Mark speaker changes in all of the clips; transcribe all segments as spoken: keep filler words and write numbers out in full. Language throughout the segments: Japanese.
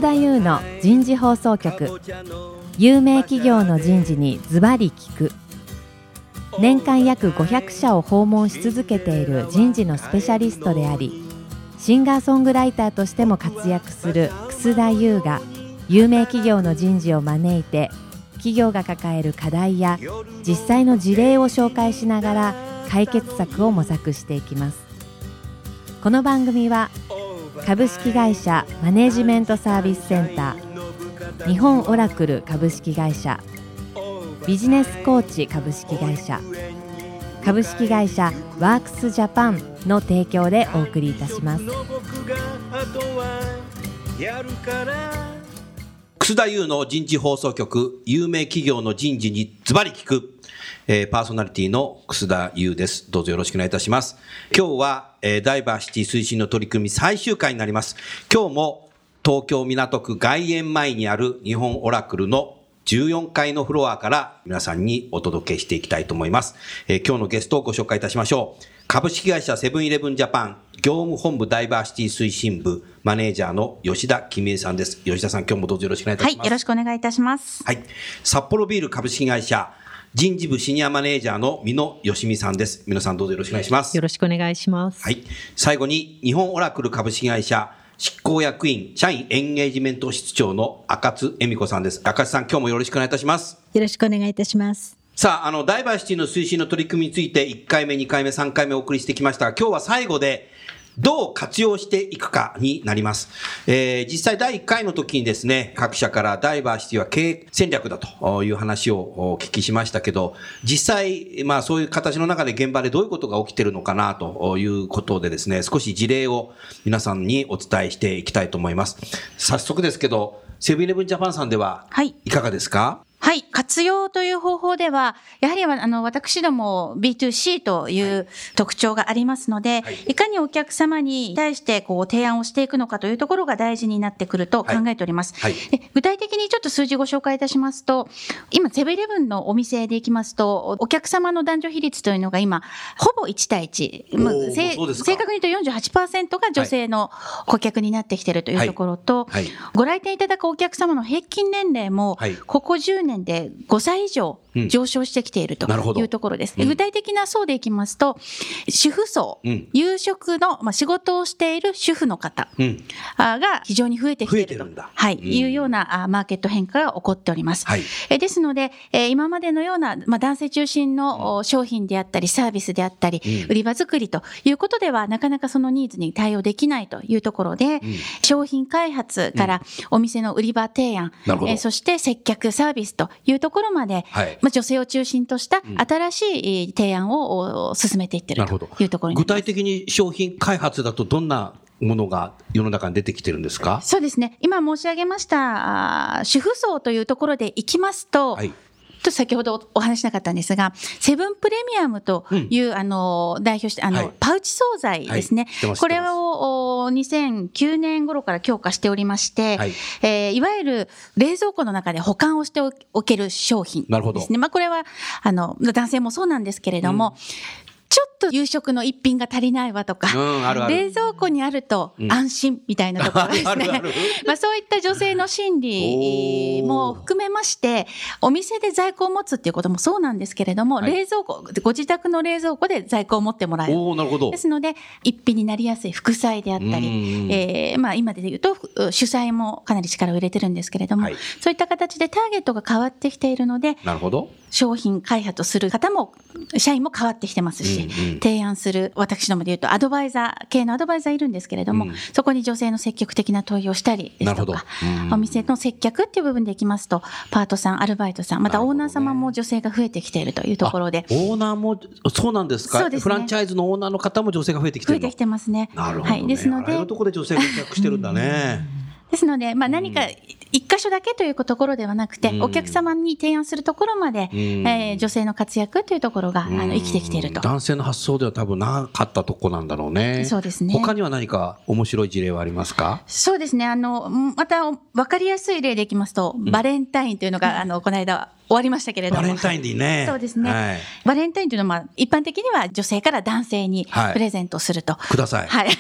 Speaker 1: 楠田優の人事放送局。有名企業の人事にズバリ聞く。年間約ごひゃくしゃを訪問し続けている人事のスペシャリストであり、シンガーソングライターとしても活躍する楠田優が有名企業の人事を招いて、企業が抱える課題や実際の事例を紹介しながら解決策を模索していきます。この番組は株式会社マネジメントサービスセンター、日本オラクル株式会社、ビジネスコーチ株式会社、株式会社ワークスジャパンの提供でお送りいたします。
Speaker 2: 楠田優の人事放送局、有名企業の人事にズバリ聞く、えー、パーソナリティの楠田優です。どうぞよろしくお願いいたします。今日は、えー、ダイバーシティ推進の取り組み最終回になります。今日も東京港区外苑前にある日本オラクルのじゅうよんかいのフロアから皆さんにお届けしていきたいと思います。えー、今日のゲストをご紹介いたしましょう。株式会社セブンイレブンジャパン業務本部ダイバーシティ推進部マネージャーの吉田君江さんです。吉田さん、今日もどうぞよろしくお願いいたします。
Speaker 3: はい、よろしくお願いいたします。
Speaker 2: はい、札幌ビール株式会社人事部シニアマネージャーの美濃よしみさんです。美濃さん、どうぞよろしくお願いします。
Speaker 4: よろしくお願いします。
Speaker 2: はい、最後に日本オラクル株式会社執行役員社員エンゲージメント室長の赤津恵美子さんです。赤津さん、今日もよろしくお願いいたします。
Speaker 4: よろしくお願いいたします。
Speaker 2: さあ、あのダイバーシティの推進の取り組みについていっかいめにかいめさんかいめお送りしてきましたが、今日は最後でどう活用していくかになります。えー、実際だいいっかいの時にですね、各社からダイバーシティは経営戦略だという話をお聞きしましたけど、実際まあそういう形の中で現場でどういうことが起きているのかなということでですね、少し事例を皆さんにお伝えしていきたいと思います。早速ですけど、セブンイレブンジャパンさんではいかがですか？
Speaker 3: はい、活用という方法では、やはりあの私ども ビーツーシー という特徴がありますので、はい、いかにお客様に対してこう提案をしていくのかというところが大事になってくると考えております。はいはい、で具体的にちょっと数字ご紹介いたしますと、今セブンイレブンのお店でいきますと、お客様の男女比率というのが今ほぼいちたいいち、まあ、正確に言うと よんじゅうはちパーセント が女性の顧客になってきているというところと、はいはい、ご来店いただくお客様の平均年齢もここじゅうねんでごさい以上上昇してきているというところです。うん、具体的な層でいきますと、主婦層、うん、夕食の、まあ、仕事をしている主婦の方が非常に増えてきていると、はい、いうようなマーケット変化が起こっております。はい、えですので、えー、今までのような、まあ、男性中心の商品であったりサービスであったり、うん、売り場作りということではなかなかそのニーズに対応できないというところで、うん、商品開発からお店の売り場提案、うん、えー、そして接客サービスというところまで、はい、まあ、女性を中心とした新しい提案を進めていっているというところになります。
Speaker 2: 具体的に商品開発だとどんなものが世の中に出てきてるんですか？
Speaker 3: そうですね、今申し上げました主婦層というところでいきますと、はい、と先ほどお話しなかったんですが、セブンプレミアムという、うん、あの代表してあの、はい、パウチ惣菜ですね、はい、これをにせんきゅうねん頃から強化しておりまして、はい、えー、いわゆる冷蔵庫の中で保管をしておける商品ですね。まあ、これはあの男性もそうなんですけれども、うん、ちょっと夕食の一品が足りないわとか、うん、あるある、冷蔵庫にあると安心みたいなところですね。あるあるまあそういった女性の心理も含めまして、お店で在庫を持つっていうこともそうなんですけれども、はい、冷蔵庫、ご自宅の冷蔵庫で在庫を持ってもらえる。
Speaker 2: おー、なるほど。
Speaker 3: ですので、一品になりやすい副菜であったり、えー、まあ今で言うと主菜もかなり力を入れてるんですけれども、はい、そういった形でターゲットが変わってきているので、
Speaker 2: なるほど、
Speaker 3: 商品開発する方も社員も変わってきてますし、うんうん、提案する私どもで言うとアドバイザー系のアドバイザーいるんですけれども、うん、そこに女性の積極的な問いをしたりですとか、お店の接客っていう部分でいきますとパートさん、アルバイトさん、またオーナー様も女性が増えてきているというところで、
Speaker 2: オーナーもそうなんですか？そうですね、フランチャイズのオーナーの方も女性が増えてきてるの？
Speaker 3: 増えてきてますね。
Speaker 2: なるほどね。はい、ですのであらゆるところで女性が活躍してるんだね。
Speaker 3: ですので、まあ、何か一箇所だけというところではなくて、
Speaker 2: うん
Speaker 3: お客様に提案するところまで、
Speaker 2: うん
Speaker 3: えー女性の活躍というところが、あの生きてきていると。
Speaker 2: 男性の発想では多分なかったとこなんだろうね。
Speaker 3: そうですね。
Speaker 2: 他には何か面白い事例はありますか？
Speaker 3: そうですね。あの、また分かりやすい例でいきますと、
Speaker 2: ん
Speaker 3: バレンタインというのが、あの、この間終わりましたけれども。
Speaker 2: バレンタインでいいね。
Speaker 3: そうですね。
Speaker 2: はい、
Speaker 3: バレンタインというのは、まあ、一般的には女性から男性に
Speaker 2: はい
Speaker 3: プレゼントすると。
Speaker 2: ください。
Speaker 3: はい。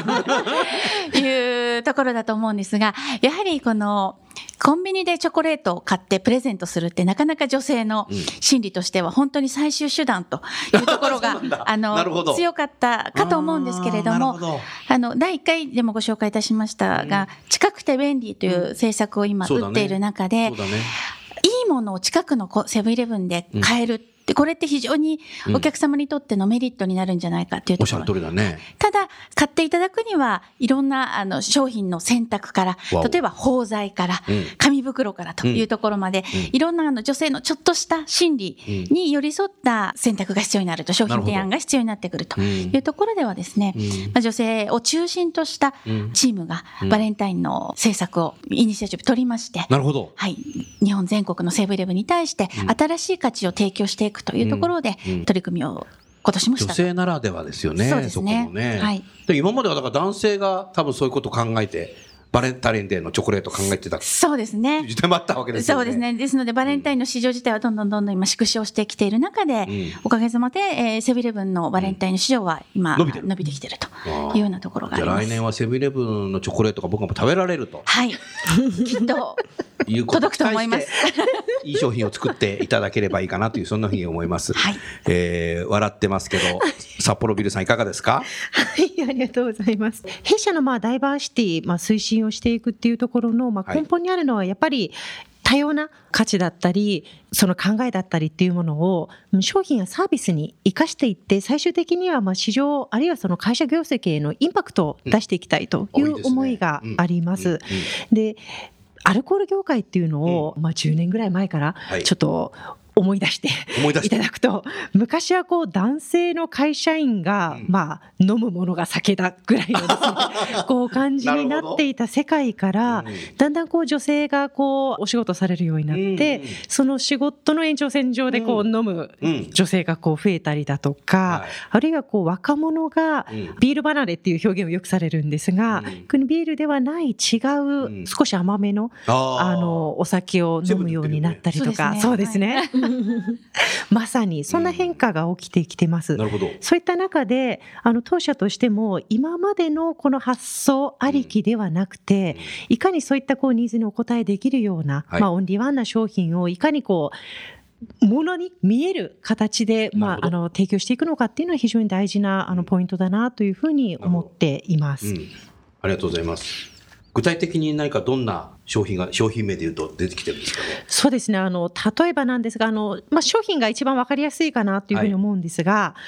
Speaker 3: いうところだと思うんですが、やはりこの、コンビニでチョコレートを買ってプレゼントするってなかなか女性の心理としては本当に最終手段というところがあの強かったかと思うんですけれども、あのだいいっかいでもご紹介いたしましたが、近くて便利という政策を今打っている中で、いいものを近くのセブンイレブンで買えるで、これって非常にお客様にとってのメリットになるんじゃないかというところ、
Speaker 2: うん、おっしゃる通りだね。
Speaker 3: ただ買っていただくにはいろんなあの商品の選択から、例えば包材から、うん、紙袋からというところまで、うん、いろんなあの女性のちょっとした心理に寄り添った選択が必要になると、商品提案が必要になってくるというところではですね、うん、まあ、女性を中心としたチームがバレンタインの政策をイニシアチブ取りまして、
Speaker 2: なるほど、
Speaker 3: はい、日本全国のセブンイレブンに対して新しい価値を提供していくというところで取り組みを今年もした。
Speaker 2: 女性ならではですよね。
Speaker 3: そうですね。
Speaker 2: そこもね、
Speaker 3: はい、
Speaker 2: で今まではだから男性が多分そういうことを考えてバレンタインデーのチョコレートを考えてた。
Speaker 3: そうですね。
Speaker 2: 時代もあったわけですよね。
Speaker 3: そうですね。ですのでバレンタインの市場自体はどんどんどんどん今縮小してきている中で、うん、おかげさまで、えー、セブンイレブンのバレンタインの市場は今、うん、伸びてる、伸びてきているというようなところがあります。
Speaker 2: じゃあ来年はセブンイレブンのチョコレートが僕も食べられると。
Speaker 3: はい。きっと届くと思います。
Speaker 2: いい商品を作っていただければいいかなというそんなふうに思います。
Speaker 3: はい。
Speaker 2: えー、笑ってますけど、札幌ビルさんいかがですか？
Speaker 4: はい、ありがとうございます。弊社のまあダイバーシティ、まあ、推進をしていくっていうところのまあ根本にあるのはやっぱり多様な価値だったりその考えだったりっていうものを商品やサービスに生かしていって、最終的にはまあ市場あるいはその会社業績へのインパクトを出していきたいという思いがあります。で、アルコール業界っていうのをまあじゅうねんぐらい前からちょっと思い出していただくと、昔はこう男性の会社員がまあ飲むものが酒だぐらいのですねこう感じになっていた世界から、だんだんこう女性がこうお仕事されるようになって、その仕事の延長線上でこう飲む女性がこう増えたりだとか、あるいはこう若者がビール離れっていう表現をよくされるんですが、ビールではない違う少し甘めのあのお酒を飲むようになったりとか、そうですね。まさにそんな変化が起きてきてます。
Speaker 2: なるほど。
Speaker 4: そういった中であの当社としても今までのこの発想ありきではなくて、いかにそういったこうニーズにお応えできるような、はい、まあ、オンリーワンな商品をいかにこうものに見える形で、まあ、あの提供していくのかっていうのは非常に大事なあのポイントだなというふうに思っています。うん、
Speaker 2: ありがとうございます。具体的に何かどんな商品が商品名でいうと出てきてるんですかね？そうですね、
Speaker 4: あの例えばなんですがあの、まあ、商品が一番分かりやすいかなというふうに思うんですが、はい、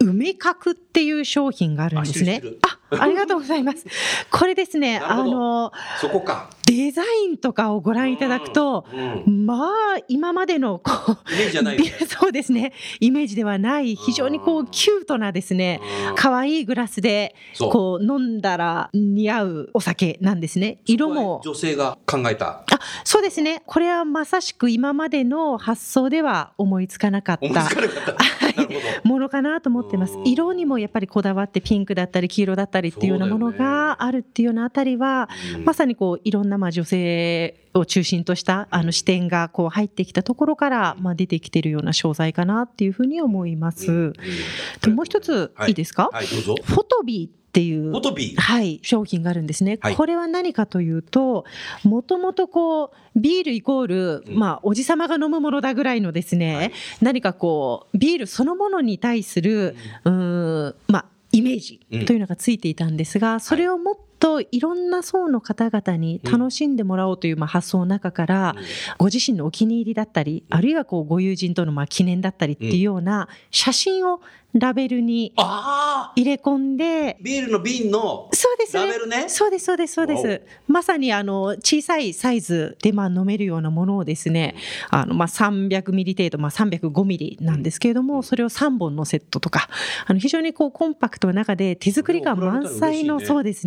Speaker 4: 梅角っていう商品があるんですね。あ、ありがとうございます。これですね、あの
Speaker 2: そこか
Speaker 4: デザインとかをご覧いただくと、うん、まあ今までのこう
Speaker 2: イメージじゃないよね。
Speaker 4: そうですね、イメージではない非常にこうキュートなですね、可愛いグラスでこう飲んだら似合うお酒なんですね。色も
Speaker 2: 女性が考えた。
Speaker 4: あ、そうですね。これはまさしく今までの発想では思いつかなかった
Speaker 2: 思いつかなかった
Speaker 4: ものかなと思ってます。色にもやっぱりこだわってピンクだったり黄色だったりっていうようなものがあるっていうようなあたりは、うん、まさにこういろんなまあ女性を中心としたあの視点がこう入ってきたところからまあ出てきているような商材かなっていうふうに思います。うんうん、ともう一ついいですか？
Speaker 2: はいはい、どうぞ。
Speaker 4: フォトビーっていう
Speaker 2: フォトビー、
Speaker 4: はい、商品があるんですね。はい、これは何かというと、もともとこうビールイコール、うん、まあおじさまが飲むものだぐらいのですね、はい、何かこうビールそのものに対する、うん、うーんまあイメージというのがついていたんですが、それをもっといろんな層の方々に楽しんでもらおうというまあ発想の中から、ご自身のお気に入りだったり、あるいはこうご友人とのまあ記念だったりっていうような写真をラベルに入れ込んで、
Speaker 2: ビールの瓶のラベルね。
Speaker 4: そうですそうですそうです。まさにあの小さいサイズでまあ飲めるようなものをですね、あのまあさんびゃくミリ程度、まあさんびゃくごミリなんですけれども、それをさんぼんのセットとか、あの非常にこうコンパクトな中で手作り感満載の、そうですね、ものが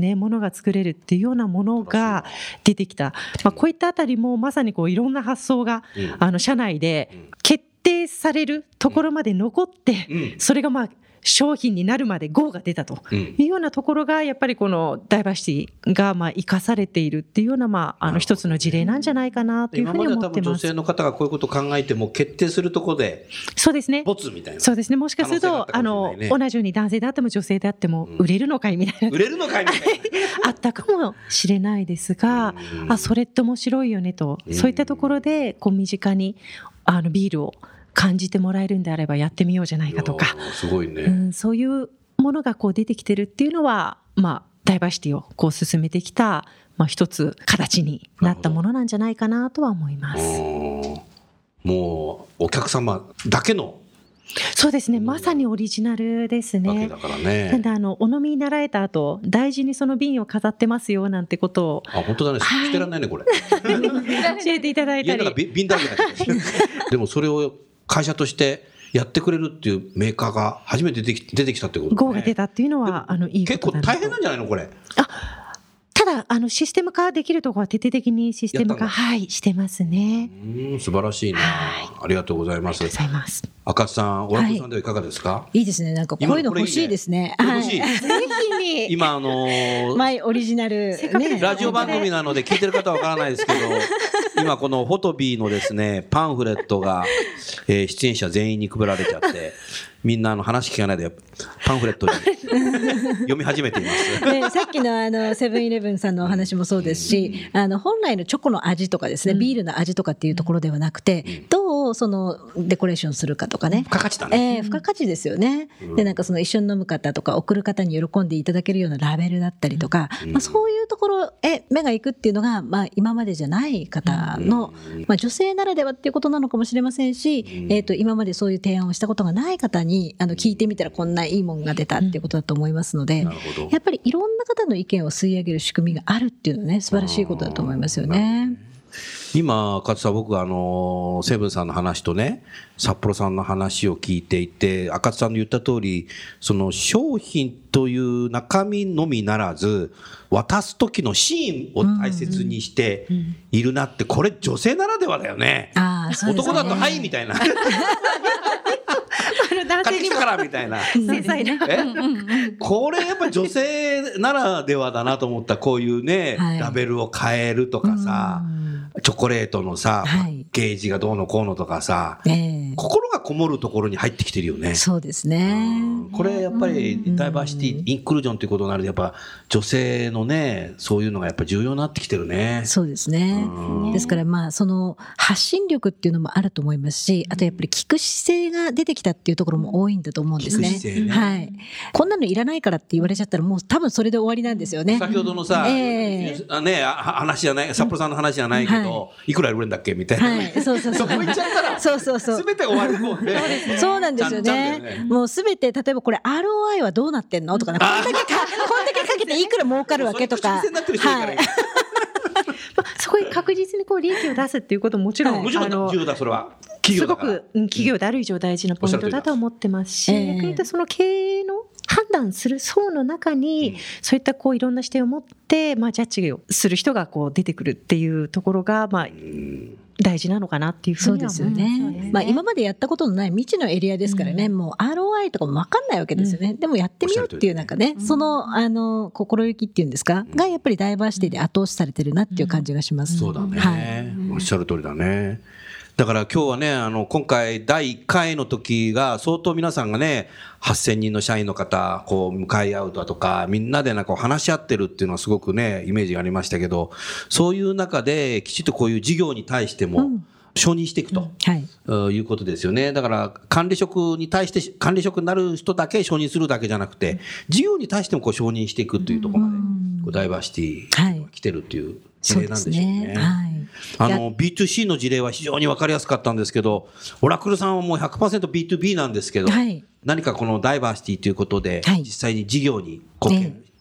Speaker 4: が作れるっていうようなものが出てきた、まあ、こういったあたりもまさにこういろんな発想が、うん、あの社内で決定されるところまで残って、うん、それがまあ商品になるまで ゴー が出たというようなところがやっぱりこのダイバーシティがまあ生かされているっていうようなまああの一つの事例なんじゃないかなというふうに思ってます。
Speaker 2: 今までは多分女性の方がこういうことを考えても決定するところで
Speaker 4: そうですね
Speaker 2: ボツみたいな、
Speaker 4: そうですね、もしかするとあの同じように男性であっても女性であっても売れるのかいみたいな、
Speaker 2: うん、売れるのかいみたいな
Speaker 4: あったかもしれないですが、あそれって面白いよねと、そういったところでこう身近にあのビールを感じてもらえるんであればやってみようじゃないかとか、
Speaker 2: すごいね、
Speaker 4: うん、そういうものがこう出てきてるっていうのは、まあ、ダイバーシティをこう進めてきた、まあ、一つ形になったものなんじゃないかなとは思います。
Speaker 2: もうお客様だけの
Speaker 4: そうですね、まさにオリジナルですね。
Speaker 2: わけだからね。
Speaker 4: ただあのお飲みになられた後大事にその瓶を飾ってますよなんてことを、
Speaker 2: あ本当だね、捨てらんないねこれ
Speaker 4: 教えていただいたり、
Speaker 2: 家の中瓶だらけだけどでもそれを会社としてやってくれるっていうメーカーが初めて出てき、出てきたってことね。
Speaker 4: ゴー が出たっていうのはあのいいことだなと。
Speaker 2: 結構大変なんじゃないのこれ。
Speaker 4: あただあのシステム化できるところは徹底的にシステム化、はい、してますね。
Speaker 2: うん素晴らしいな、はい、ありがとうございます。
Speaker 4: ありがとうございます。
Speaker 2: 赤津さん、オラクルさんではいかがですか。は
Speaker 5: い、いいですね、なんかこういうの欲しいですね。
Speaker 2: 欲しい、
Speaker 5: はい、ぜひに
Speaker 2: 今あのー、
Speaker 5: マイオリジナル、ね、
Speaker 2: ラジオ番組なので聞いてる方はわからないですけど今このフォトビーのですねパンフレットが、えー、出演者全員に配られちゃってみんなあの話聞かないでパンフレットに読み始めています、
Speaker 5: ね、さっきのあのセブンイレブンさんのお話もそうですし、あの本来のチョコの味とかですね、ビールの味とかっていうところではなくて、うん、どうそのデコレーションするかとかね、
Speaker 2: 付加価値だね、
Speaker 5: えー、付加価値ですよね、うん、でなんかその一緒に飲む方とか送る方に喜んでいただけるようなラベルだったりとか、うんまあ、そういうところへ目が行くっていうのが、まあ、今までじゃない方の、うんまあ、女性ならではっていうことなのかもしれませんし、うんえー、と今までそういう提案をしたことがない方にあの聞いてみたらこんないいもんが出たっていうことだと思いますので、うん、やっぱりいろんな方の意見を吸い上げる仕組みがあるっていうのはね素晴らしいことだと思いますよね。
Speaker 2: 今勝さん僕はあのセブンさんの話とね札幌さんの話を聞いていて、赤津さんの言った通りその商品という中身のみならず渡す時のシーンを大切にしているなって、これ女性ならではだよね。あ、そうですね。男だとはいみたいな
Speaker 4: 男性にも
Speaker 2: からみたいな
Speaker 4: 繊細な
Speaker 2: えこれやっぱ女性ならではだなと思った。こういうね、はい、ラベルを変えるとかさ、チョコレートのさ、はい、パッケージがどうのこうのとかさ、えー、心がこもるところに入ってきてるよね。
Speaker 5: そうですね。
Speaker 2: これやっぱりダイバーシティ、インクルージョンということになるとやっぱ女性のねそういうのがやっぱ重要になってきてるね。
Speaker 5: そうですね。ですからまあその発信力っていうのもあると思いますし、あとやっぱり聞く姿勢が出てきたっていうところも多いんだと思うんですね。聞く姿勢ね。はい。こんなのいらないからって言われちゃったらもう多分それで終わりなんですよね。
Speaker 2: 先ほどのさ、えー、ね話じゃない札幌さんの話じゃないけど、はい、いくら売るんだっけみたいな、はい、そうそうそう。そこ行っちゃったらそうそうそう。全て終わるもんね。
Speaker 5: そうなんですよね。ねもう全て例えばこれ アールオーアイ はどうなってんのとかね、こんだけかこんだけかけていくら儲かるわけとか。
Speaker 4: そこに確実にこう利益を出すっていうことももちろん、はい、
Speaker 2: もちろん重要だそれは。企業だから
Speaker 4: すごく企業である以上大事なポイントだと思ってますし、逆に言うとその経営の判断する層の中に、うん、そういったこういろんな視点を持って、まあ、ジャッジをする人がこう出てくるっていうところが、まあ、うん大事なのかなっていうふうには思いますよね。
Speaker 5: そうですよね。まあ、今までやったことのない未知のエリアですからね、うん、もう アールオーアイ とかも分かんないわけですよね、うん、でもやってみようっていうなんかね、うん、そのあの心意気っていうんですか、うん、がやっぱりダイバーシティで後押しされてるなっていう感じがします、
Speaker 2: うん、そうだね、はい、おっしゃる通りだね。だから今日はねあの今回だいいっかいの時が相当皆さんがねはっせんにんの社員の方こう向かい合うだとかみんなでなんか話し合ってるっていうのはすごくねイメージがありましたけど、そういう中できちっとこういう事業に対しても、うん承認していくと、うんはい、いうことですよね。だから管理職に対して管理職になる人だけ承認するだけじゃなくて事業に対してもこう承認していくというところまで、うん、こうダイバーシティが来てるっていう事例なんでしょうね。はい、あの ビーツーシー の事例は非常に分かりやすかったんですけど、オラクルさんはもう ひゃくパーセントビーツービー なんですけど、はい、何かこのダイバーシティということで、はい、実際に事業に貢献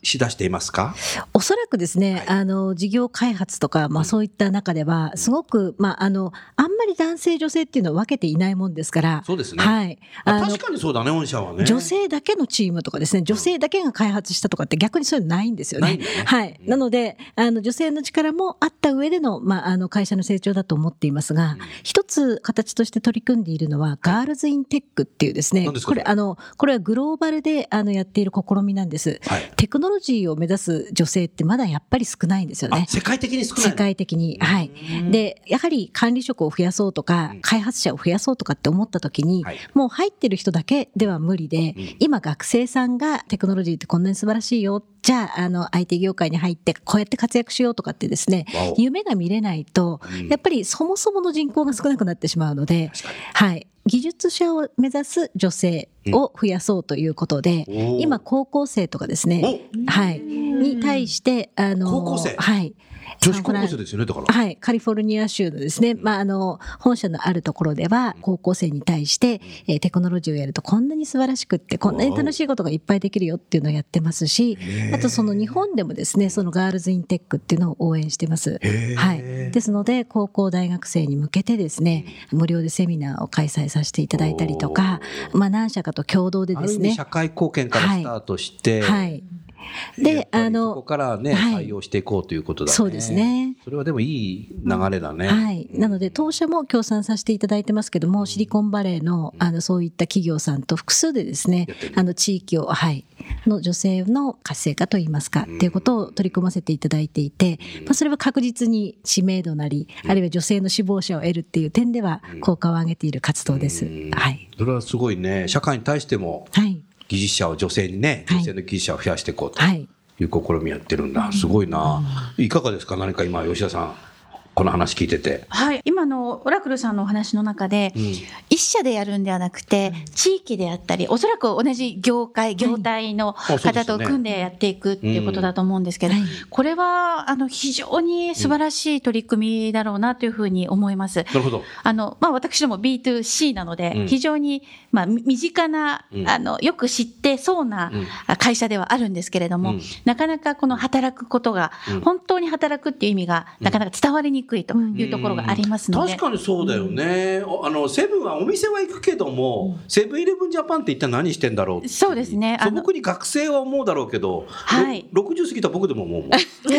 Speaker 2: しだしていますか？
Speaker 5: おそらくですね、はい、あの事業開発とか、まあ、そういった中ではすごく、まあ、あのあんまり男性女性っていうのを分けていないもんですから。
Speaker 2: そうですね、
Speaker 5: はい、あ
Speaker 2: 確かにそうだね。御社はね、
Speaker 5: 女性だけのチームとかですね、女性だけが開発したとかって逆にそういうのないんですよね。
Speaker 2: ないんだね、
Speaker 5: はい、なのであの女性の力もあった上での、まあ、あの会社の成長だと思っていますが、うん、一つ形として取り組んでいるのはガールズインテックっていうですね、これあのこれはグローバルであのやっている試みなんです、はい、テクノロジーを目指す女性ってまだやっぱり少ないんですよね。
Speaker 2: 世界的に少ない。
Speaker 5: 世界的に、はい。でやはり管理職を増やそうとか、うん、開発者を増やそうとかって思った時に、はい、もう入ってる人だけでは無理で、うん、今学生さんがテクノロジーってこんなに素晴らしいよ、じゃあ、あの アイティー 業界に入ってこうやって活躍しようとかってですね、夢が見れないと、うん、やっぱりそもそもの人口が少なくなってしまうので、はい、技術者を目指す女性を増やそうということで、うん、今高校生とかですね、はい、に対してあの
Speaker 2: 高校生、
Speaker 5: はい、
Speaker 2: 女子高校生ですよね。だから、
Speaker 5: はい、カリフォルニア州のですね、まあ、あの本社のあるところでは高校生に対して、えー、テクノロジーをやるとこんなに素晴らしくってこんなに楽しいことがいっぱいできるよっていうのをやってますし、あとその日本でもですね、そのガールズインテックっていうのを応援してます。はい、ですので高校大学生に向けてですね、無料でセミナーを開催させていただいたりとか、まあ、何社かと共同でですね、
Speaker 2: 社会貢献からスタートして、
Speaker 5: はい、はいであの
Speaker 2: そこからね、はい、採用していこうということだね。
Speaker 5: そうですね。
Speaker 2: それはでもいい流れだね、
Speaker 5: はい、なので当社も協賛させていただいてますけども、シリコンバレー の, あのそういった企業さんと複数でですね、あの地域を、はい、の女性の活性化といいますか、っていうことを取り組ませていただいていて、まあ、それは確実に知名度なり、あるいは女性の志望者を得るっていう点では効果を上げている活動です。はい、
Speaker 2: それはすごいね。社会に対しても、はい、技術者を女性にね、女性の技術者を増やしていこうという試みやってるんだ、はい、すごいな。いかがですか？何か今吉田さんこの話聞いてて。
Speaker 3: はい、今のオラクルさんのお話の中で、うん、一社でやるんではなくて、地域であったり、おそらく同じ業界、業態の方と組んでやっていくっていうことだと思うんですけど、はい、これはあの非常に素晴らしい取り組みだろうなというふうに思います。
Speaker 2: なるほど。
Speaker 3: あの、まあ、私ども ビーツーシー なので、うん、非常に、まあ、身近な、うん、あの、よく知ってそうな会社ではあるんですけれども、うん、なかなかこの働くことが、うん、本当に働くっていう意味がなかなか伝わりにくいというところがありますので、
Speaker 2: 確かにそうだよね、うん、あのセブンはお店は行くけども、うん、セブンイレブンジャパンって一体何してんだろうって。
Speaker 3: そうですね。
Speaker 2: 素朴に学生は思うだろうけど、はい、ろくじゅう過ぎた僕でも思うもん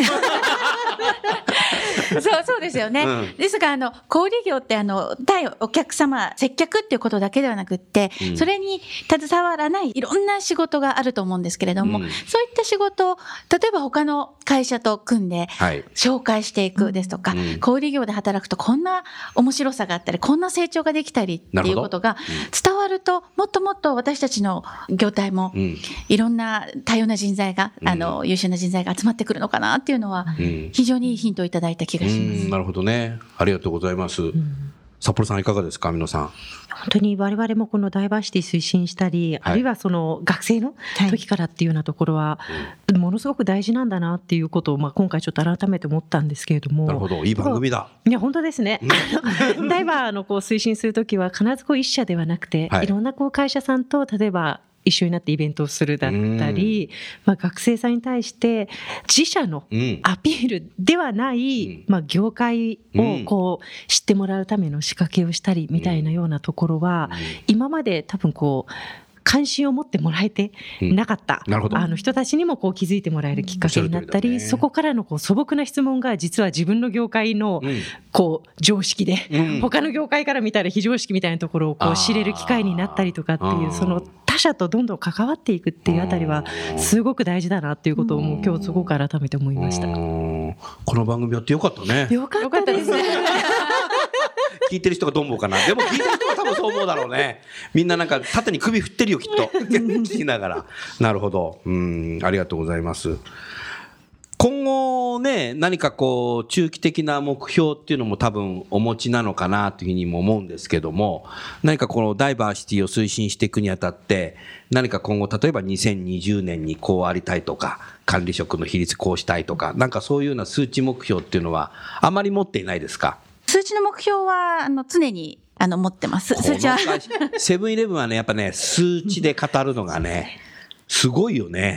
Speaker 3: そうそうですよね、うん、ですがあの小売業ってあの対お客様接客っていうことだけではなくって、うん、それに携わらないいろんな仕事があると思うんですけれども、うん、そういった仕事を例えば他の会社と組んで紹介していくですとか、はい、小売業で働くとこんな面白さがあったりこんな成長ができたりっていうことが伝わると、もっともっと私たちの業態もいろんな多様な人材が、うん、あの優秀な人材が集まってくるのかなっていうのは非常にいいヒントをいただいた気がします。
Speaker 2: うん、なるほどね。ありがとうございます。うん、札幌さんいかがですか？美濃さん。
Speaker 4: 本当に我々もこのダイバーシティ推進したり、はい、あるいはその学生の時からっていうようなところは、はい、ものすごく大事なんだなっていうことを、まあ、今回ちょっと改めて思ったんですけれども。
Speaker 2: なるほど、いい番組だ。
Speaker 4: いや本当ですね。ダイバーのこう推進するときは必ずこう一社ではなくて、はい、いろんなこう会社さんと例えば一緒になってイベントをするだったり、まあ、学生さんに対して自社のアピールではない、うんまあ、業界をこう知ってもらうための仕掛けをしたりみたいなようなところは、うん、今まで多分こう関心を持ってもらえてなかった、うん、あの人たちにもこう気づいてもらえるきっかけになったり、ね、そこからのこう素朴な質問が実は自分の業界のこう常識で、うん、他の業界から見たら非常識みたいなところをこう知れる機会になったりとかっていう、その他者とどんどん関わっていくっていうあたりはすごく大事だなっていうことをもう今日すごく改めて思いました。
Speaker 2: この番組やってよかったね。
Speaker 4: よかったですね。
Speaker 2: 聞いてる人がどんぼうかな。でも聞いてる人は多分そう思うだろうね。みんななんか縦に首振ってるよきっと聞きながら。なるほど。うん、ありがとうございます。今後ね、何かこう中期的な目標っていうのも多分お持ちなのかなというふうにも思うんですけども、何かこのダイバーシティを推進していくにあたって何か今後例えばにせんにじゅうねんにこうありたいとか、管理職の比率こうしたいとか、なんかそういうような数値目標っていうのはあまり持っていないですか？
Speaker 3: 数値の目標はあの常にあの持ってます。数値はセ
Speaker 2: ブンイレブンはねやっぱね数値で語るのがねすごいよね。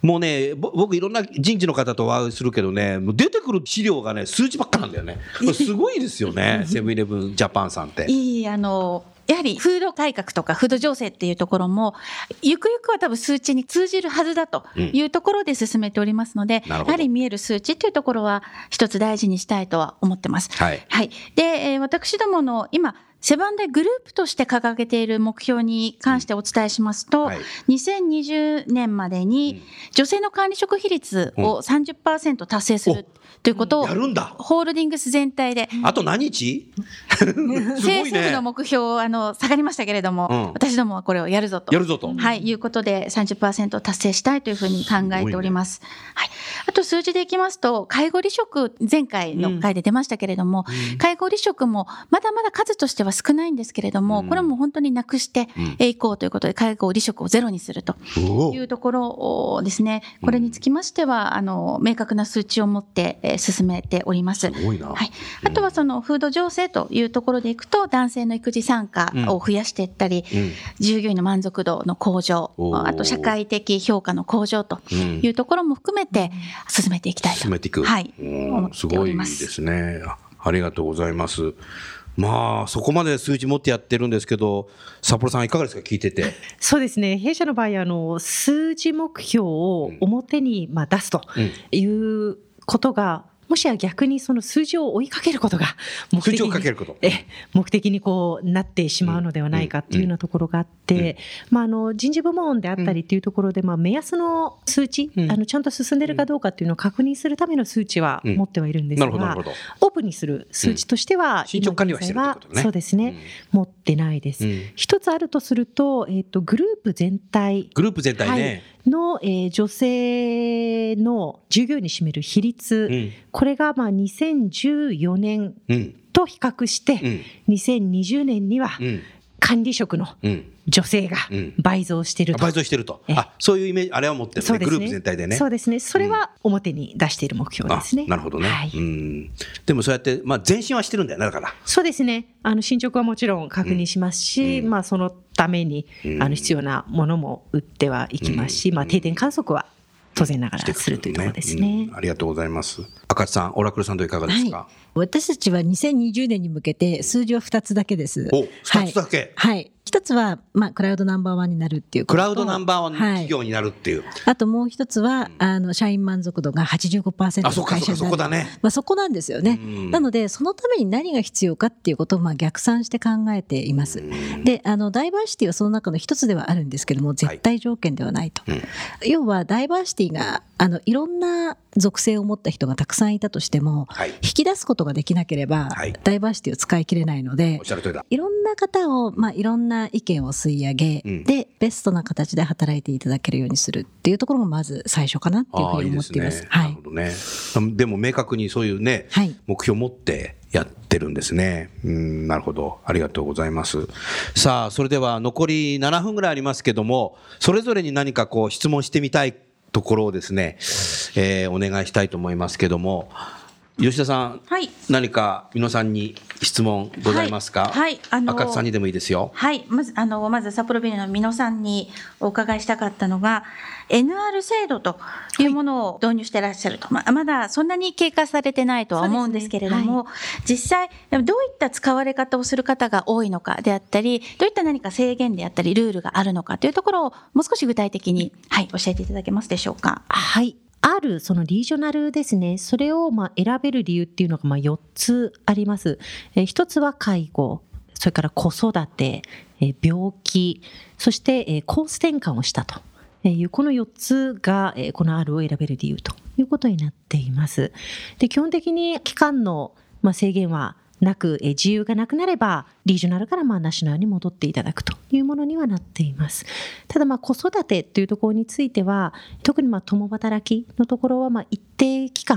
Speaker 2: もうね、僕いろんな人事の方とお会いするけどね、もう出てくる資料がね、数字ばっかなんだよね。これすごいですよね、セブンイレブンジャパンさんって。
Speaker 3: いい、あの、やはり風土改革とか風土情勢っていうところも、ゆくゆくは多分数値に通じるはずだというところで進めておりますので、うん、やはり見える数値っていうところは一つ大事にしたいとは思ってます。
Speaker 2: はい。
Speaker 3: はい。で、えー、私どもの今、セバンでグループとして掲げている目標に関してお伝えしますと、うん、はい、にせんにじゅうねんまでに女性の管理職比率を さんじゅっパーセント 達成する、うん、ということを、
Speaker 2: やるんだ。
Speaker 3: ホールディングス全体で。
Speaker 2: あと何日
Speaker 3: 政府の目標、あの、下がりましたけれども、うん、私どもはこれをやるぞと。
Speaker 2: やるぞと。
Speaker 3: はい、いうことで さんじゅっパーセント 達成したいというふうに考えております。ね、はい。あと数字でいきますと、介護離職、前回の回で出ましたけれども、うん、介護離職もまだまだ数としては少ないんですけれども、うん、これも本当になくしていこうということで、介護離職をゼロにするというところですね。これにつきましては、あの、明確な数値を持って進めております。
Speaker 2: すごいな。
Speaker 3: はい。あとはその風土情勢というところでいくと、男性の育児参加を増やしていったり、うん、従業員の満足度の向上、あと社会的評価の向上というところも含めて進めていきたいと。
Speaker 2: 進めていく。
Speaker 3: はい。思っております。
Speaker 2: すごいですね。ありがとうございます。まあ、そこまで数字持ってやってるんですけど、札幌さんいかがですか、聞いてて。
Speaker 4: そうですね、弊社の場合、あの数字目標を表にまあ出すということが、うん、もしや逆にその数字を追いかけることが目的に、
Speaker 2: 数字をかけること
Speaker 4: え目的にこうなってしまうのではないかっていうようなところがあって、まあ、あの人事部門であったりっていうところで、まあ、目安の数値、うん、あのちゃんと進んでるかどうかっていうのを確認するための数値は持ってはいるんですが、うん、オープンにする数値としては、
Speaker 2: うん、進捗管理はしてるってことね。
Speaker 4: そうですね、うん、持ってないです。うん、一つあるとすると、えーと、グループ全体
Speaker 2: グループ全体ね、はい、
Speaker 4: の、えー、女性の従業員に占める比率、うん、これがまあにせんじゅうよねんと比較して、うん、にせんにじゅうねんには管理職の女性が倍増していると、
Speaker 2: うん、倍増していると、あ、そういうイメージ、あれは持ってるね、グループ全体でね。
Speaker 4: そうですね、それは表に出している目標ですね。
Speaker 2: なるほどね、はい、うん。でもそうやって、まあ、前進はしてるんだよね、だから。
Speaker 4: そうですね、あの進捗はもちろん確認しますし、うん、まあ、そのためにあの必要なものも打ってはいきますし、うん、まあ、定点観測は当然ながらするというところですね。
Speaker 2: うん、ありがとうございます。赤津さん、オラクルさんといかがですか。はい、
Speaker 5: 私たちはにせんにじゅうねんに向けて数字はふたつだけです。
Speaker 2: お、ふたつだけ。
Speaker 5: はい。はい、一つは、まあ、クラウドナンバーワンになるっていうことと、
Speaker 2: クラウドナンバーワン企業になるっていう、はい、
Speaker 5: あともう一つは、うん、あの社員満足度が はちじゅうごパーセント の会社になる。あ、そこそこだね。まあ、そこなんですよね。うん、なのでそのために何が必要かっていうことをまあ逆算して考えています。うん、で、あのダイバーシティはその中の一つではあるんですけども、絶対条件ではないと。はい、うん、要はダイバーシティがあのいろんな属性を持った人がたくさんいたとしても、はい、引き出すことができなければ、はい、ダイバーシティを使い切れないので、
Speaker 2: おっしゃる通りだ。
Speaker 5: いろんな方を、まあ、いろんな意見を吸い上げ、うん、でベストな形で働いていただけるようにするっていうところがまず最初かなっていうふうに思っています。
Speaker 2: なるほどね。でも明確にそういうね、はい、目標を持ってやってるんですね。うん、なるほど、ありがとうございます。さあ、それでは残りななふんぐらいありますけども、それぞれに何かこう質問してみたいところをですね、えー、お願いしたいと思いますけども、吉田さん、はい、何か美濃さんに質問ございますか。はい、あの赤津さんにでもいいですよ。
Speaker 3: はい、まずあのまず札幌ビルの美濃さんにお伺いしたかったのが エヌアール 制度というものを導入していらっしゃると、はい、ま, まだそんなに経過されてないとは思うんですけれども、ね、はい、実際どういった使われ方をする方が多いのかであったり、どういった何か制限であったりルールがあるのかというところをもう少し具体的に、はい、教えていただけますでしょうか。
Speaker 4: はい、あるそのリージョナルですね、それをまあ選べる理由っていうのがまあよっつあります。えー、ひとつは介護、それから子育て、えー、病気、そして、えー、コース転換をしたというこのよっつが、えー、この R を選べる理由ということになっています。で、基本的に期間のまあ制限はなく、え自由がなくなればリージョナルからまあナショナルに戻っていただくというものにはなっています。ただまあ子育てというところについては、特にまあ共働きのところはまあ一定期間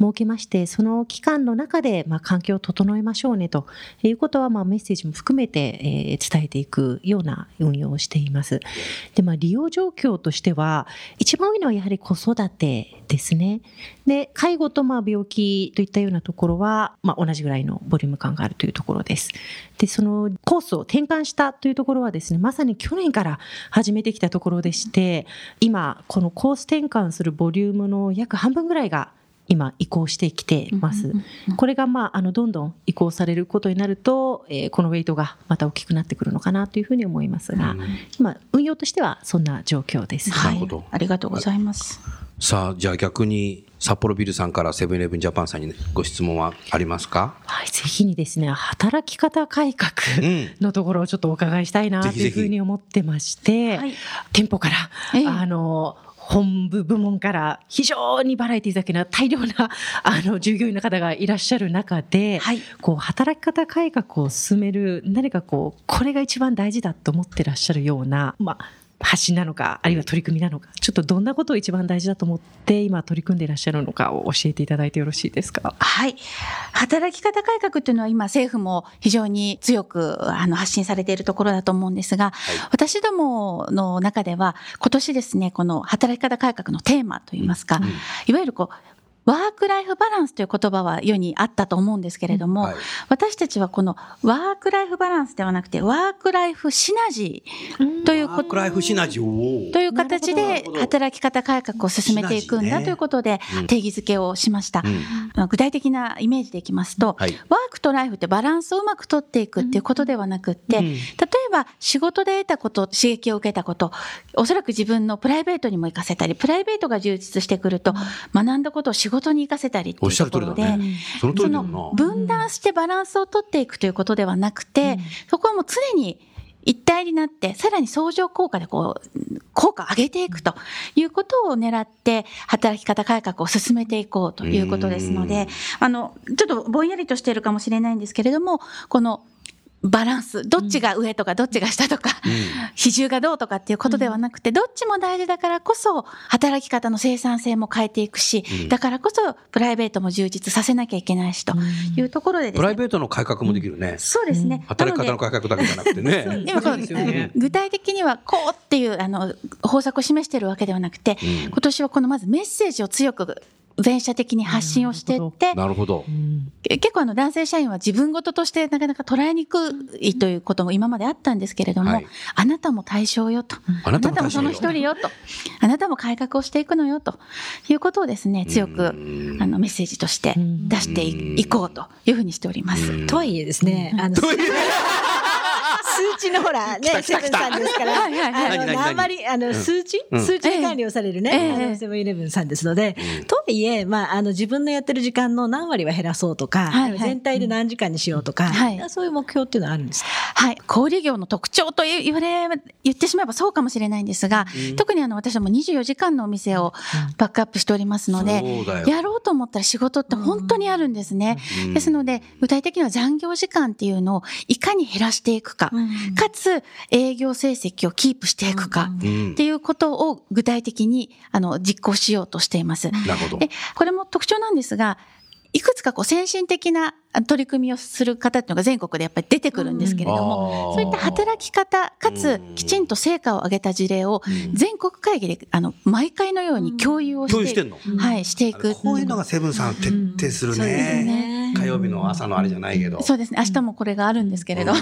Speaker 4: 設けまして、その期間の中でまあ環境を整えましょうねということは、まあメッセージも含めてえー伝えていくような運用をしています。で、まあ、利用状況としては一番多いのはやはり子育てですね。で、介護とまあ病気といったようなところは、まあ、同じぐらいのボリューム感があるというところです。で、そのコースを転換したというところはですね、まさに去年から始めてきたところでして、今このコース転換するボリュームの約半分ぐらいが今移行してきてます。これがまああのどんどん移行されることになると、えー、このウェイトがまた大きくなってくるのかなというふうに思いますが、今運用としてはそんな状況です。
Speaker 2: なるほど、
Speaker 3: はい、ありがとうございます。
Speaker 2: さあ、じゃあ逆に札幌ビルさんからセブンイレブンジャパンさんにご質問はありますか？
Speaker 4: はい、ぜひにですね、働き方改革のところをちょっとお伺いしたいなというふうに思ってまして、
Speaker 3: はい、
Speaker 4: 店舗から、
Speaker 3: ええ、
Speaker 4: あの本部部門から非常にバラエティだけな大量なあの従業員の方がいらっしゃる中で、はい、こう働き方改革を進める何かこうこれが一番大事だと思ってらっしゃるような、まあ発信なのか、あるいは取り組みなのか、ちょっとどんなことを一番大事だと思って今取り組んでいらっしゃるのかを教えていただいてよろしいですか？
Speaker 3: はい、働き方改革というのは今政府も非常に強くあの発信されているところだと思うんですが、はい、私どもの中では今年ですね、この働き方改革のテーマといいますか、うん、いわゆるこうワークライフバランスという言葉は世にあったと思うんですけれども、はい、私たちはこのワークライフバランスではなくてワークライフシナジーということ、ワークライフシナジーという形で働き方改革を進めていくんだということで定義づけをしました、うん、具体的なイメージでいきますと、はい、ワークとライフってバランスをうまく取っていくっていうことではなくって、うん、例えば仕事で得たこと、刺激を受けたこと、おそらく自分のプライベートにも活かせたり、プライベートが充実してくると、うん、学んだことを仕事仕事に生かせたりっていうところで、ね、その通りだよな。その分断してバランスを取っていくということではなくて、うん、そこはもう常に一体になってさらに相乗効果でこう効果を上げていくということを狙って働き方改革を進めていこうということですので、あのちょっとぼんやりとしているかもしれないんですけれども、このバランス、どっちが上とかどっちが下とか、うん、比重がどうとかっていうことではなくて、どっちも大事だからこそ働き方の生産性も変えていくし、うん、だからこそプライベートも充実させなきゃいけないしというところでですね、
Speaker 2: プライベートの改革もできるね、うん、
Speaker 3: そうですね、
Speaker 2: 働き方の改革だけじゃなくてね
Speaker 3: でもそうですね、具体的にはこうっていうあの方策を示しているわけではなくて、うん、今年はこのまずメッセージを強く全社的に発信をしていって、
Speaker 2: なるほど、
Speaker 3: 結構あの男性社員は自分事としてなかなか捉えにくいということも今まであったんですけれども、はい、あなたも対象よと、あなたもその一人よと、あなたも改革をしていくのよということをですね、強くあのメッセージとして出していこうというふうにしております。
Speaker 5: とはいえですね、あの数値のほらね、セブンさんですから、あんまりあの数値、うん、数値で管理をされるね、えー、あのセブンイレブンさんですので、うん、とはいえ、まあ、あの自分のやってる時間の何割は減らそうとか、はいはい、全体で何時間にしようとか、はい、そういう目標っていうのはあるんですか？
Speaker 3: はい、小売業の特徴と言われ言ってしまえばそうかもしれないんですが、うん、特にあの私はもうにじゅうよじかんのお店をバックアップしておりますので、うん、やろうと思ったら仕事って本当にあるんですね、うん、ですので具体的には残業時間っていうのをいかに減らしていくか、うん、かつ営業成績をキープしていくかっていうことを具体的にあの実行しようとしています。
Speaker 2: なるほど。
Speaker 3: でこれも特徴なんですが、いくつかこう先進的な取り組みをする方っていうのが全国でやっぱり出てくるんですけれども、うん、そういった働き方かつきちんと成果を上げた事例を全国会議であの毎回のように共有をして、
Speaker 2: 共有してんの？
Speaker 3: はい、していく。
Speaker 2: こういうのがセブンさん徹底するね。うん、そうですね。火曜日の朝のあれじゃないけど。
Speaker 3: そうですね。明日もこれがあるんですけれど。うん、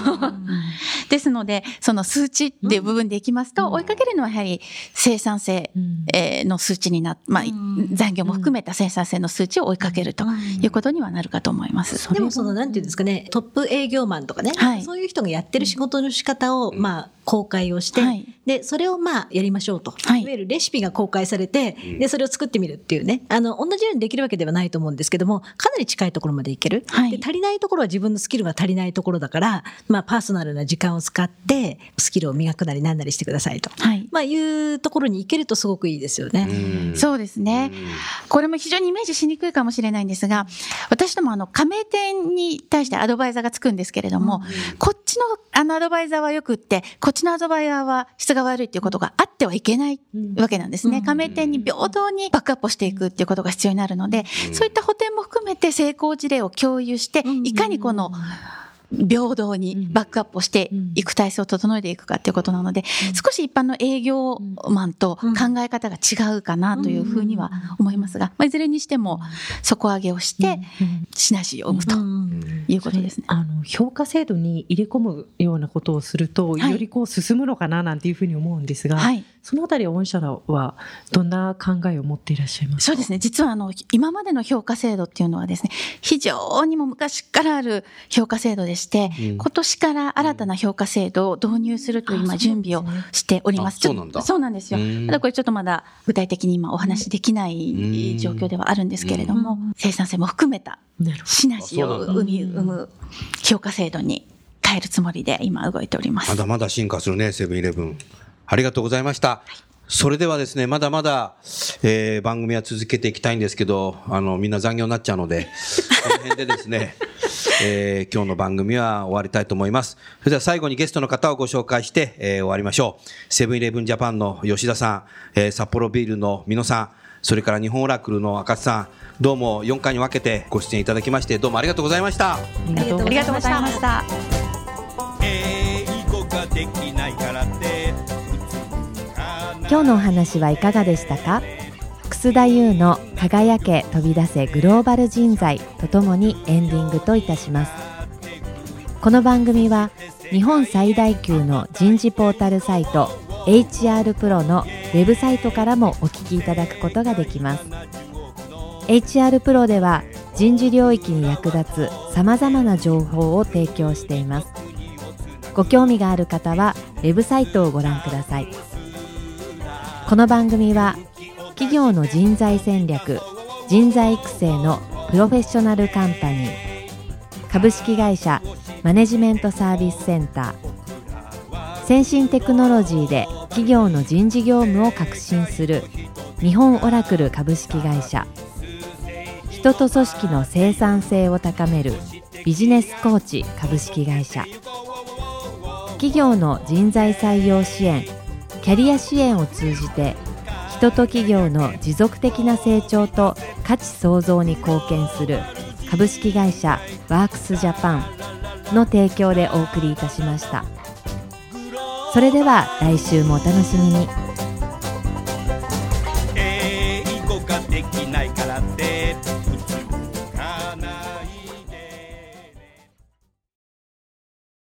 Speaker 3: ですので、その数値っていう部分でいきますと、うん、追いかけるのはやはり生産性の数値になって、まあ、残業も含めた生産性の数値を追いかけるということにはなるかと思います。
Speaker 5: でもそのなんていうんですかね、トップ営業マンとかね、はい、そういう人がやってる仕事の仕方を、まあ、公開をして、はい、でそれをまあやりましょうと、はい、いわゆるレシピが公開されて、でそれを作ってみるっていうね、あの同じようにできるわけではないと思うんですけども、かなり近いところまでいける、はい、で足りないところは自分のスキルが足りないところだから、まあ、パーソナルな時間を使ってスキルを磨くなり何なりしてくださいと、はい、 まあ、いうところに行けるとすごくいいですよね。
Speaker 2: うん
Speaker 3: そうですね。これも非常にイメージしにくいかもしれないんですが、私どもあの加盟店に対してアドバイザーがつくんですけれども、こっちのあのアドバイザーはよくって、こっちのアドバイザーは質が悪いっていうことがあってはいけないわけなんですね。加盟店に平等にバックアップをしていくっていうことが必要になるので、そういった補填も含めて成功事例を共有して、いかにこの平等にバックアップをしていく体制を整えていくかということなので、少し一般の営業マンと考え方が違うかなというふうには思いますが、まあ、いずれにしても底上げをしてシナジーを生むということですね。
Speaker 4: あの評価制度に入れ込むようなことをすると、よりこう進むのかななんていうふうに思うんですが、はい、そのあたりは御社はどんな考えを持っていらっしゃいますか？
Speaker 3: そうですね。実はあの今までの評価制度っていうのはですね、非常にも昔からある評価制度でして、うん、今年から新たな評価制度を導入するという今準備をしております。
Speaker 2: そうなんだ。
Speaker 3: そうなんですよ。ただこれちょっとまだ具体的に今お話しできない状況ではあるんですけれども、生産性も含めたシナジーを生み生む評価制度に変えるつもりで今動いております。
Speaker 2: まだまだ進化するね、セブンイレブン。ありがとうございました。はい、それではですね、まだまだ、えー、番組は続けていきたいんですけど、あの、みんな残業になっちゃうので、この辺でですね、えー、今日の番組は終わりたいと思います。それでは最後にゲストの方をご紹介して、えー、終わりましょう。セブンイレブンジャパンの吉田さん、えー、札幌ビールの美濃さん、それから日本オラクルの赤津さん、どうもよんかいに分けてご出演いただきまして、どうもありがとうございました。
Speaker 3: ありがとうございました。
Speaker 1: 今日のお話はいかがでしたか？楠田優の輝け飛び出せグローバル人材とともにエンディングといたします。この番組は日本最大級の人事ポータルサイト エイチアール プロのウェブサイトからもお聞きいただくことができます。 エイチアール プロでは人事領域に役立つさまざまな情報を提供しています。ご興味がある方はウェブサイトをご覧ください。この番組は企業の人材戦略、人材育成のプロフェッショナルカンパニー、株式会社マネジメントサービスセンター、先進テクノロジーで企業の人事業務を革新する日本オラクル株式会社、人と組織の生産性を高めるビジネスコーチ株式会社、企業の人材採用支援、キャリア支援を通じて人と企業の持続的な成長と価値創造に貢献する株式会社ワークスジャパンの提供でお送りいたしました。それでは来週もお楽しみに。
Speaker 6: 英語ができないからって